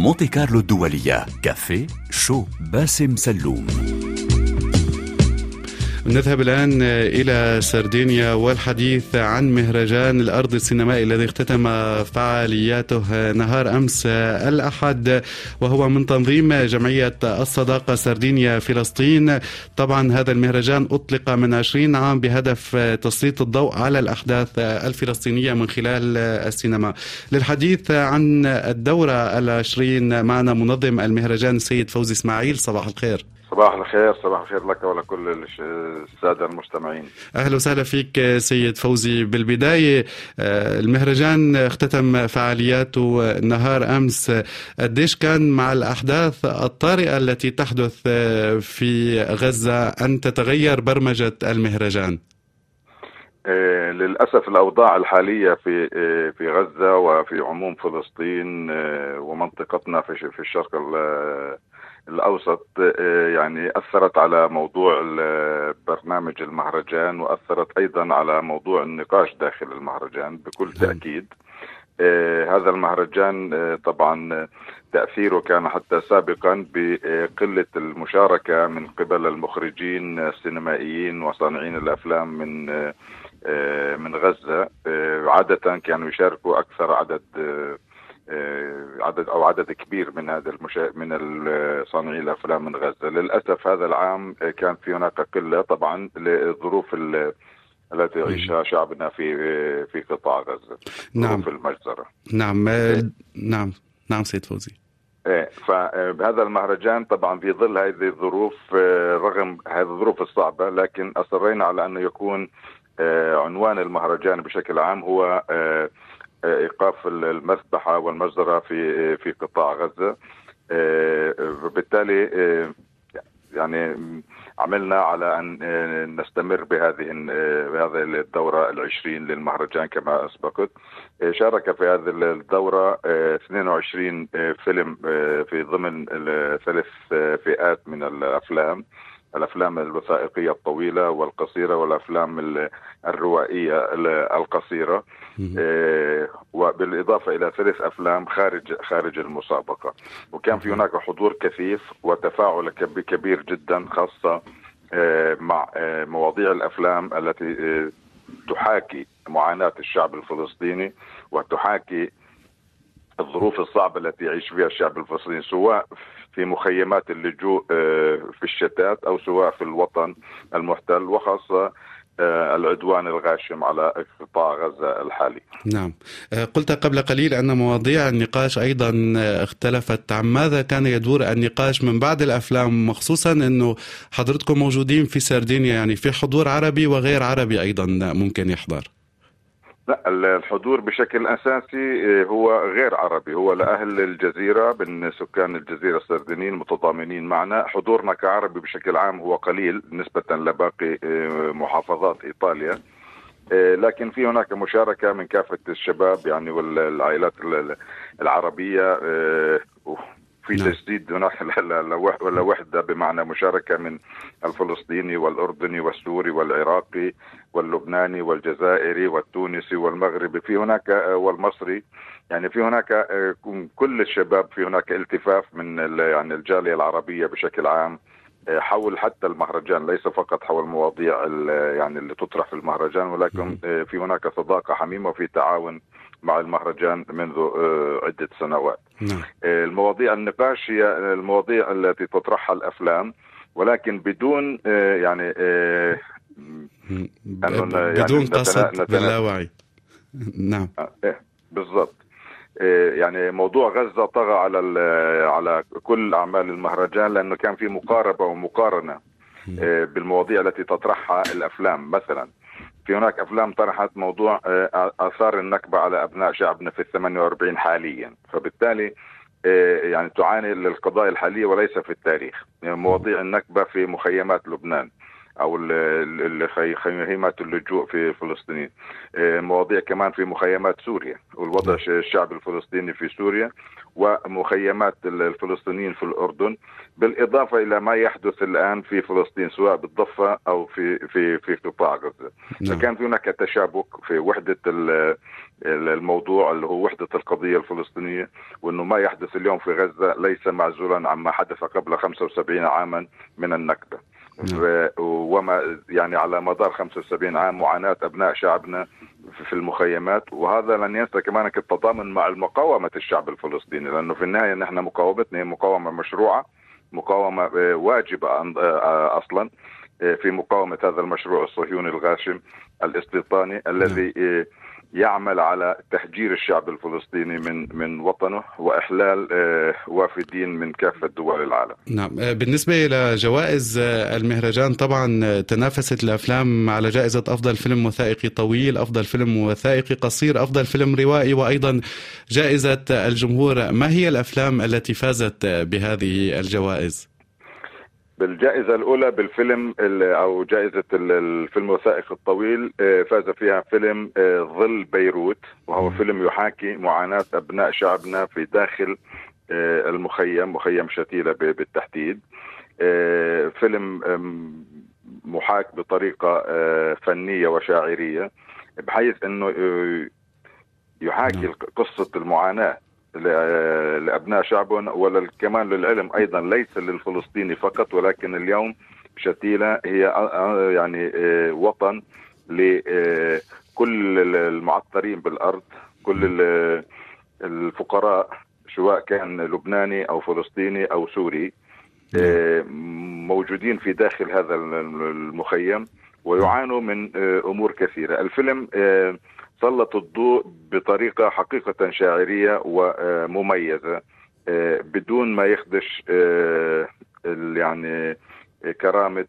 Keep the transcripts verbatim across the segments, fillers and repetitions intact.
مونتي كارلو الدولية. كافيه شو باسم سلوم. نذهب الآن إلى سردينيا والحديث عن مهرجان الأرض السينمائي الذي اختتم فعالياته نهار أمس الأحد، وهو من تنظيم جمعية الصداقة سردينيا فلسطين. طبعا هذا المهرجان أطلق من عشرين عام بهدف تسليط الضوء على الأحداث الفلسطينية من خلال السينما. للحديث عن الدورة العشرين معنا منظم المهرجان السيد فوزي إسماعيل. صباح الخير. صباح الخير. صباح الخير لك ولكل السادة المستمعين. أهلا وسهلا فيك سيد فوزي. بالبداية المهرجان اختتم فعالياته نهار أمس، قديش كان مع الأحداث الطارئة التي تحدث في غزة أن تتغير برمجة المهرجان؟ آه للأسف الأوضاع الحالية في آه في غزة وفي عموم فلسطين آه ومنطقتنا في في الشرق الأوسط يعني أثرت على موضوع برنامج المهرجان، وأثرت أيضا على موضوع النقاش داخل المهرجان بكل تأكيد. هذا المهرجان طبعا تأثيره كان حتى سابقا بقلة المشاركة من قبل المخرجين السينمائيين وصانعين الأفلام من من غزة. عادة كانوا يشاركوا أكثر عدد عدد او عدد كبير من هذا المشا... من صانعي الافلام من غزه. للاسف هذا العام كان في هناك قله طبعا للظروف ال... التي يعيشها شعبنا في في قطاع غزه. نعم. في المجزره. نعم. نعم نعم سيد فوزي. ايه فهذا المهرجان طبعا في ظل هذه الظروف، رغم هذه الظروف الصعبه، لكن اصرينا على انه يكون عنوان المهرجان بشكل عام هو إيقاف المذبحة والمجزرة في في قطاع غزة. وبالتالي يعني عملنا على أن نستمر بهذه بهذه الدورة العشرين للمهرجان كما أسبقت. شارك في هذه الدورة اثنين وعشرين فيلم في ضمن ثلاث فئات من الأفلام: الأفلام الوثائقية الطويلة والقصيرة والأفلام الروائية القصيرة، وبالإضافة إلى ثلاث أفلام خارج خارج المسابقة. وكان في هناك حضور كثيف وتفاعل كبير جدا، خاصة مع مواضيع الأفلام التي تحاكي معاناة الشعب الفلسطيني وتحاكي الظروف الصعبة التي يعيش فيها الشعب الفلسطيني، سواء في مخيمات اللجوء في الشتات أو سواء في الوطن المحتل، وخاصة العدوان الغاشم على قطاع غزة الحالي. نعم. قلت قبل قليل أن مواضيع النقاش أيضا اختلفت. عن ماذا كان يدور النقاش من بعد الأفلام، خصوصا أنه حضرتكم موجودين في سردينيا، يعني في حضور عربي وغير عربي أيضا ممكن يحضر؟ لا، الحضور بشكل أساسي هو غير عربي، هو لأهل الجزيرة من سكان الجزيرة السردينيين المتضامنين معنا. حضورنا كعربي بشكل عام هو قليل نسبة لباقي محافظات إيطاليا، لكن في هناك مشاركة من كافة الشباب يعني والعائلات العربية، في تجديد هناك لوحدة بمعنى مشاركة من الفلسطيني والأردني والسوري والعراقي واللبناني والجزائري والتونسي والمغربي، في هناك والمصري، يعني في هناك كل الشباب، في هناك التفاف من يعني الجالية العربية بشكل عام حول حتى المهرجان، ليس فقط حول المواضيع يعني اللي تطرح في المهرجان، ولكن في هناك صداقة حميمة وفي تعاون مع المهرجان منذ عدة سنوات. المواضيع النقاش هي المواضيع التي تطرحها الأفلام، ولكن بدون يعني بدون يعني قصد باللاوعي. نعم بالضبط. يعني موضوع غزة طغى على على كل أعمال المهرجان، لأنه كان في مقاربة ومقارنة بالمواضيع التي تطرحها الأفلام. مثلا في هناك أفلام طرحت موضوع آثار النكبة على أبناء شعبنا في الثمانية وأربعين حاليا، فبالتالي يعني تعاني للقضايا الحالية وليس في التاريخ. يعني مواضيع النكبة في مخيمات لبنان، أو خيمات اللجوء في فلسطين. مواضيع كمان في مخيمات سوريا والوضع الشعب الفلسطيني في سوريا ومخيمات الفلسطينيين في الأردن، بالإضافة إلى ما يحدث الآن في فلسطين سواء بالضفة أو في في في قطاع غزة. فكان في هناك تشابك في وحدة الموضوع اللي هو وحدة القضية الفلسطينية، وأنه ما يحدث اليوم في غزة ليس معزولا عما حدث قبل خمسة وسبعين عاما من النكبة. وما يعني على مدار خمسة وسبعين عام معاناة أبناء شعبنا في المخيمات، وهذا لن ينسى كمان التضامن مع المقاومة الشعب الفلسطيني، لأنه في النهاية نحن مقاومتنا هي مقاومة مشروعة، مقاومة واجبة أصلا في مقاومة هذا المشروع الصهيوني الغاشم الاستيطاني الذي يعمل على تهجير الشعب الفلسطيني من من وطنه وإحلال وافدين من كافة دول العالم. نعم، بالنسبة إلى جوائز المهرجان طبعا تنافست الأفلام على جائزة أفضل فيلم وثائقي طويل، أفضل فيلم وثائقي قصير، أفضل فيلم روائي، وأيضا جائزة الجمهور. ما هي الأفلام التي فازت بهذه الجوائز؟ بالجائزة الأولى بالفيلم أو جائزة الفيلم الوثائقي الطويل فاز فيها فيلم ظل بيروت، وهو فيلم يحاكي معاناة أبناء شعبنا في داخل المخيم، مخيم شتيلة بالتحديد. فيلم محاك بطريقة فنية وشاعرية بحيث أنه يحاكي قصة المعاناة لأبناء شعبنا، ولا كمان للعلم أيضا ليس للفلسطيني فقط، ولكن اليوم شتيلة هي يعني وطن لكل المعطرين بالأرض، كل الفقراء سواء كان لبناني أو فلسطيني أو سوري موجودين في داخل هذا المخيم ويعانوا من أمور كثيرة. الفيلم سلط الضوء بطريقة حقيقة شاعرية ومميزة بدون ما يخدش يعني كرامة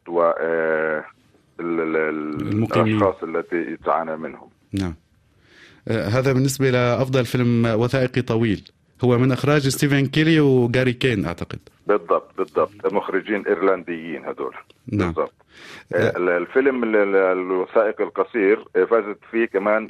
والأشخاص التي تعانى منهم. نعم، هذا بالنسبة لأفضل فيلم وثائقي طويل، هو من إخراج ستيفن كيلي وغاري كين أعتقد. بالضبط بالضبط، مخرجين إيرلنديين هذول. نعم. بالضبط. الفيلم الوثائقي القصير فازت فيه كمان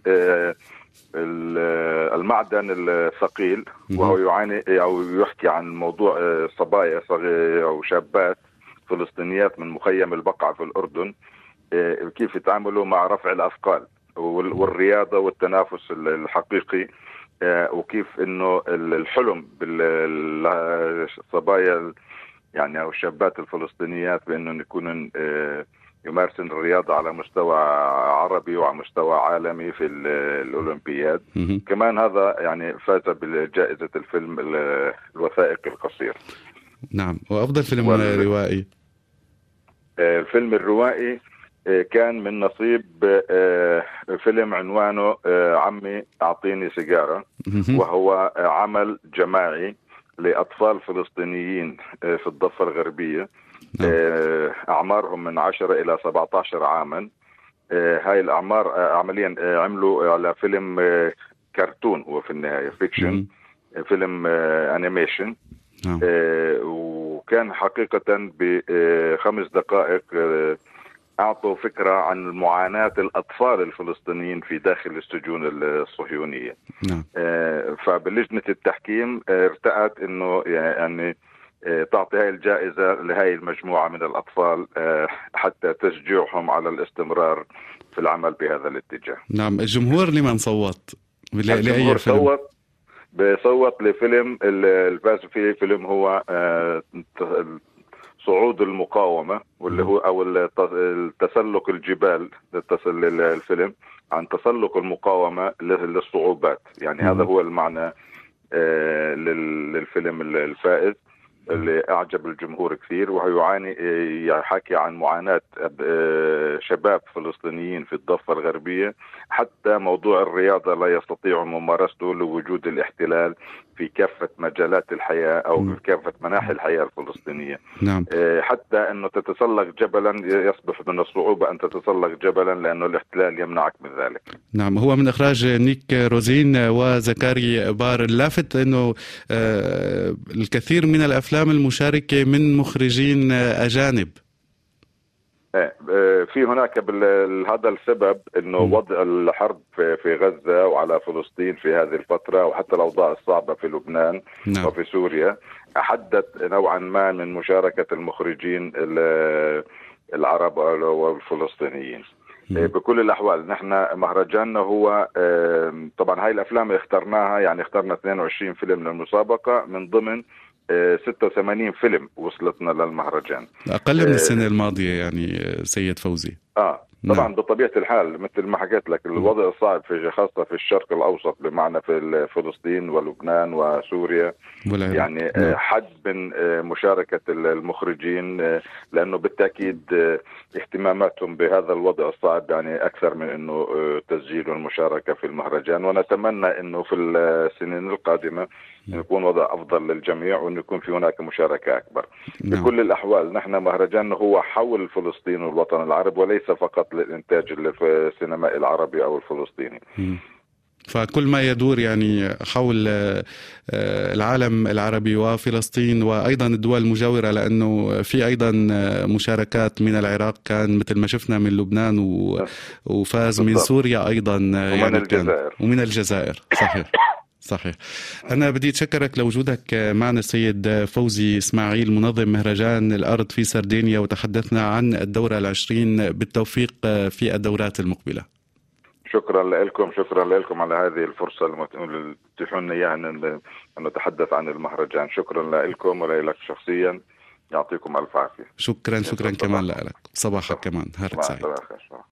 المعدن الثقيل، وهو يعاني أو يحكي عن موضوع صبايا أو شابات فلسطينيات من مخيم البقعة في الأردن كيف يتعاملوا مع رفع الأثقال والرياضة والتنافس الحقيقي، وكيف إنه الحلم بالصبايا يعني أو الشابات الفلسطينيات بأنه يكونوا يمارسون الرياضة على مستوى عربي وعلى مستوى عالمي في الأولمبياد. كمان هذا يعني فاز بجائزة الفيلم الوثائقي القصير. نعم، وأفضل فيلم روائي. الفيلم الروائي كان من نصيب فيلم عنوانه عمي أعطيني سيجارة، وهو عمل جماعي لأطفال فلسطينيين في الضفة الغربية أعمارهم من عشرة إلى سبعة عشر عاما. هاي الأعمار عمليا عملوا على فيلم كرتون، وفي النهاية فيكشن، فيلم أنيميشن، وكان حقيقة بخمس دقائق أعطوا فكرة عن معاناة الأطفال الفلسطينيين في داخل السجون الصهيونية. نعم. فبلجنة التحكيم ارتأت أنه يعني تعطي هاي الجائزة لهاي المجموعة من الأطفال حتى تشجيعهم على الاستمرار في العمل بهذا الاتجاه. نعم. الجمهور لمن صوت؟ الجمهور صوت بصوت لفيلم الفاز فيه فيلم هو صعود المقاومة، واللي هو أو التسلق الجبال، الفيلم عن تسلق المقاومة للصعوبات. يعني هذا هو المعنى للفيلم الفائز اللي أعجب الجمهور كثير، وهو يعاني يحكي عن معاناة شباب فلسطينيين في الضفة الغربية، حتى موضوع الرياضة لا يستطيعوا ممارسته لوجود الاحتلال في كافة مجالات الحياة أو في كافة مناحي الحياة الفلسطينية. نعم. حتى أنه تتسلق جبلا يصبح من الصعوبة أن تتسلق جبلا لأنه الاحتلال يمنعك من ذلك. نعم. هو من إخراج نيك روزين وزكاري بار. اللافت أنه الكثير من الأفلام المشاركة من مخرجين أجانب. في هناك هذا السبب انه وضع الحرب في غزه وعلى فلسطين في هذه الفتره، وحتى الاوضاع الصعبه في لبنان نعم. وفي سوريا احدت نوعا ما من مشاركه المخرجين العرب والفلسطينيين. مم. بكل الاحوال نحن مهرجاننا هو طبعا هاي الافلام اللي اخترناها، يعني اخترنا اثنين وعشرين فيلم للمسابقه من ضمن ستة وثمانين فيلم وصلتنا للمهرجان، أقل من السنة الماضية يعني سيد فوزي. آه طبعا نعم. بطبيعة الحال مثل ما حكيت لك الوضع الصعب في خاصة في الشرق الأوسط، بمعنى في فلسطين ولبنان وسوريا، والعراق. يعني نعم. حد من مشاركة المخرجين، لأنه بالتأكيد اهتماماتهم بهذا الوضع الصعب يعني أكثر من أنه تسجيل والمشاركة في المهرجان. ونتمنى أنه في السنين القادمة يكون وضع أفضل للجميع وأن يكون في هناك مشاركة أكبر. نعم. بكل الأحوال نحن مهرجاننا هو حول فلسطين والوطن العربي، وليس فقط للإنتاج اللي في السينمائي العربي أو الفلسطيني. م. فكل ما يدور يعني حول العالم العربي وفلسطين وأيضا الدول المجاورة، لأنه في أيضا مشاركات من العراق كان مثل ما شفنا، من لبنان وفاز من سوريا أيضا، ومن يعني الجزائر. ومن الجزائر صحيح. صحيح. أنا بدي أتشكرك لوجودك معنا السيد فوزي إسماعيل، منظم مهرجان الأرض في سردينيا، وتحدثنا عن الدورة العشرين. بالتوفيق في الدورات المقبلة. شكرا لكم، شكرا لكم على هذه الفرصة اللي تتيحون إياها أن نتحدث عن المهرجان. شكرا لكم ولك شخصيا، يعطيكم ألف عافية. شكرا شكرا كمان لك. صباحك كمان، نهارك سعيد.